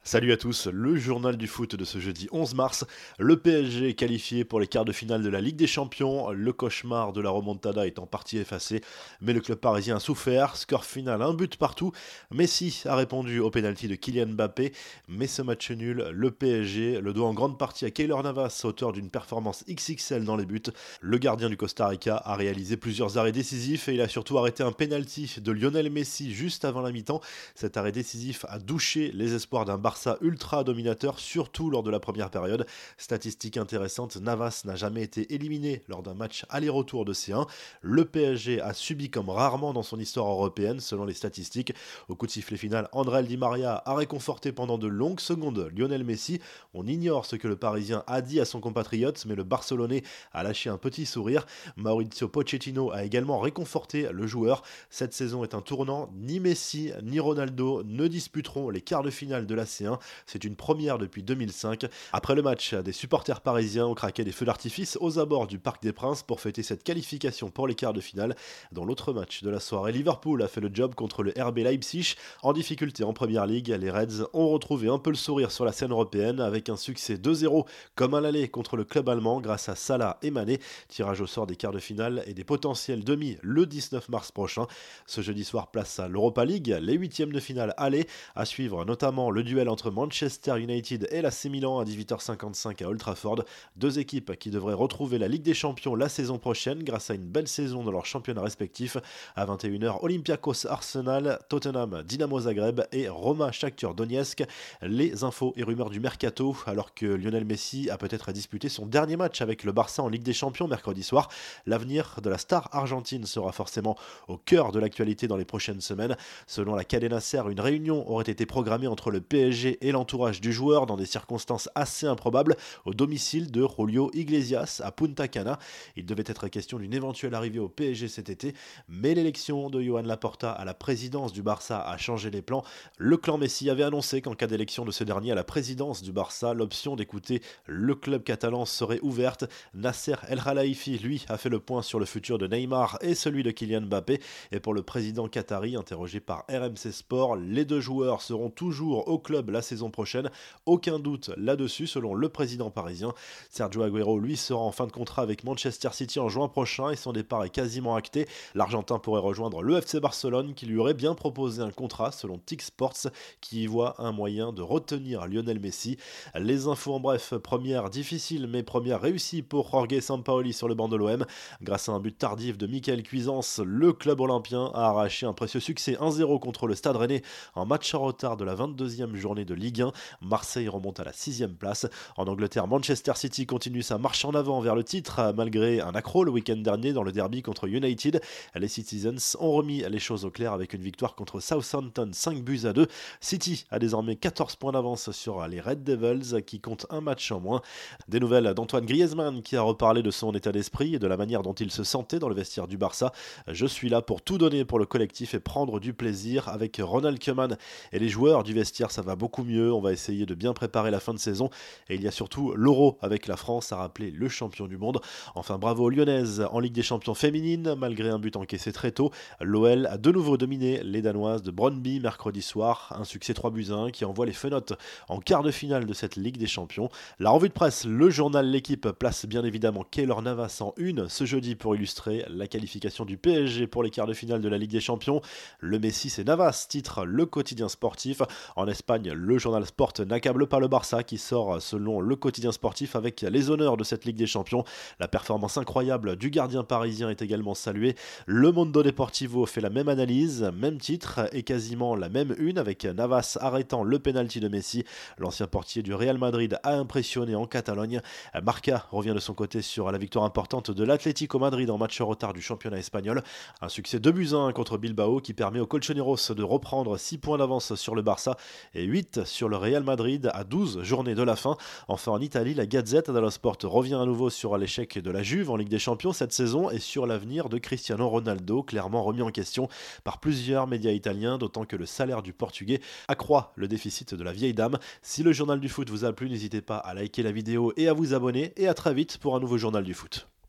Salut à tous, le journal du foot de ce jeudi 11 mars. Le PSG est qualifié pour les quarts de finale de la Ligue des Champions. Le cauchemar de la remontada est en partie effacé, mais le club parisien a souffert. Score final, un but partout. Messi a répondu au pénalty de Kylian Mbappé, mais ce match nul, le PSG le doit en grande partie à Keylor Navas, auteur d'une performance XXL dans les buts. Le gardien du Costa Rica a réalisé plusieurs arrêts décisifs et il a surtout arrêté un pénalty de Lionel Messi juste avant la mi-temps. Cet arrêt décisif a douché les espoirs d'un Barça ultra dominateur, surtout lors de la première période. Statistique intéressante, Navas n'a jamais été éliminé lors d'un match aller-retour de C1. Le PSG a subi comme rarement dans son histoire européenne, selon les statistiques. Au coup de sifflet final, André Di Maria a réconforté pendant de longues secondes Lionel Messi. On ignore ce que le Parisien a dit à son compatriote, mais le Barcelonais a lâché un petit sourire. Maurizio Pochettino a également réconforté le joueur. Cette saison est un tournant, ni Messi ni Ronaldo ne disputeront les quarts de finale de la C1. C'est une première depuis 2005. Après le match, des supporters parisiens ont craqué des feux d'artifice aux abords du Parc des Princes pour fêter cette qualification pour les quarts de finale. Dans l'autre match de la soirée, Liverpool a fait le job contre le RB Leipzig. En difficulté en première ligue, les Reds ont retrouvé un peu le sourire sur la scène européenne avec un succès 2-0 comme à l'aller contre le club allemand grâce à Salah et Mané. Tirage au sort des quarts de finale et des potentiels demi le 19 mars prochain. Ce jeudi soir, place à l'Europa League, les huitièmes de finale aller, à suivre notamment le duel entre Manchester United et l'AC Milan à 18h55 à Old Trafford. Deux équipes qui devraient retrouver la Ligue des Champions la saison prochaine grâce à une belle saison dans leurs championnats respectifs. À 21h, Olympiakos Arsenal, Tottenham Dynamo Zagreb et Roma Shakhtar Donetsk. Les infos et rumeurs du mercato, alors que Lionel Messi a peut-être à disputer son dernier match avec le Barça en Ligue des Champions mercredi soir. L'avenir de la star argentine sera forcément au cœur de l'actualité dans les prochaines semaines. Selon la Cadena Ser, une réunion aurait été programmée entre le PSG et l'entourage du joueur dans des circonstances assez improbables au domicile de Julio Iglesias à Punta Cana. Il devait être question d'une éventuelle arrivée au PSG cet été, mais l'élection de Joan Laporta à la présidence du Barça a changé les plans. Le clan Messi avait annoncé qu'en cas d'élection de ce dernier à la présidence du Barça, l'option d'écouter le club catalan serait ouverte. Nasser El Khelaifi, lui, a fait le point sur le futur de Neymar et celui de Kylian Mbappé. Et pour le président qatari, interrogé par RMC Sport, les deux joueurs seront toujours au club la saison prochaine. Aucun doute là-dessus, selon le président parisien. Sergio Agüero, lui, sera en fin de contrat avec Manchester City en juin prochain et son départ est quasiment acté. L'Argentin pourrait rejoindre le FC Barcelone qui lui aurait bien proposé un contrat, selon TIC Sports, qui y voit un moyen de retenir Lionel Messi. Les infos en bref, première difficile mais première réussie pour Jorge Sampaoli sur le banc de l'OM. Grâce à un but tardif de Michael Cuisance, le club olympien a arraché un précieux succès 1-0 contre le Stade Rennais en match en retard de la 22e journée de Ligue 1. Marseille remonte à la 6e place. En Angleterre, Manchester City continue sa marche en avant vers le titre malgré un accro le week-end dernier dans le derby contre United. Les Citizens ont remis les choses au clair avec une victoire contre Southampton 5-2. City a désormais 14 points d'avance sur les Red Devils qui comptent un match en moins. Des nouvelles d'Antoine Griezmann qui a reparlé de son état d'esprit et de la manière dont il se sentait dans le vestiaire du Barça. Je suis là pour tout donner pour le collectif et prendre du plaisir avec Ronald Koeman et les joueurs du vestiaire, ça va beaucoup mieux. On va essayer de bien préparer la fin de saison et il y a surtout l'Euro avec la France à rappeler le champion du monde. Enfin, bravo aux Lyonnaises en Ligue des Champions féminine, malgré un but encaissé très tôt. L'OL a de nouveau dominé les Danoises de Brøndby mercredi soir, un succès 3-1 qui envoie les fenotes en quart de finale de cette Ligue des Champions. La revue de presse, le journal L'équipe place bien évidemment Keylor Navas en une ce jeudi pour illustrer la qualification du PSG pour les quarts de finale de la Ligue des Champions. Le Messi c'est Navas, titre le quotidien sportif. En Espagne, le journal Sport n'accable pas le Barça qui sort selon le quotidien sportif avec les honneurs de cette Ligue des Champions. La performance incroyable du gardien parisien est également saluée. Le Mundo Deportivo fait la même analyse, même titre et quasiment la même une avec Navas arrêtant le pénalty de Messi. L'ancien portier du Real Madrid a impressionné en Catalogne. Marca revient de son côté sur la victoire importante de l'Atlético Madrid en match en retard du championnat espagnol. Un succès 2-1 contre Bilbao qui permet aux Colchoneros de reprendre 6 points d'avance sur le Barça et 8 sur le Real Madrid à 12 journées de la fin. Enfin en Italie, la Gazzetta dello Sport revient à nouveau sur l'échec de la Juve en Ligue des Champions cette saison et sur l'avenir de Cristiano Ronaldo, clairement remis en question par plusieurs médias italiens, d'autant que le salaire du Portugais accroît le déficit de la vieille dame. Si le journal du foot vous a plu, n'hésitez pas à liker la vidéo et à vous abonner et à très vite pour un nouveau journal du foot.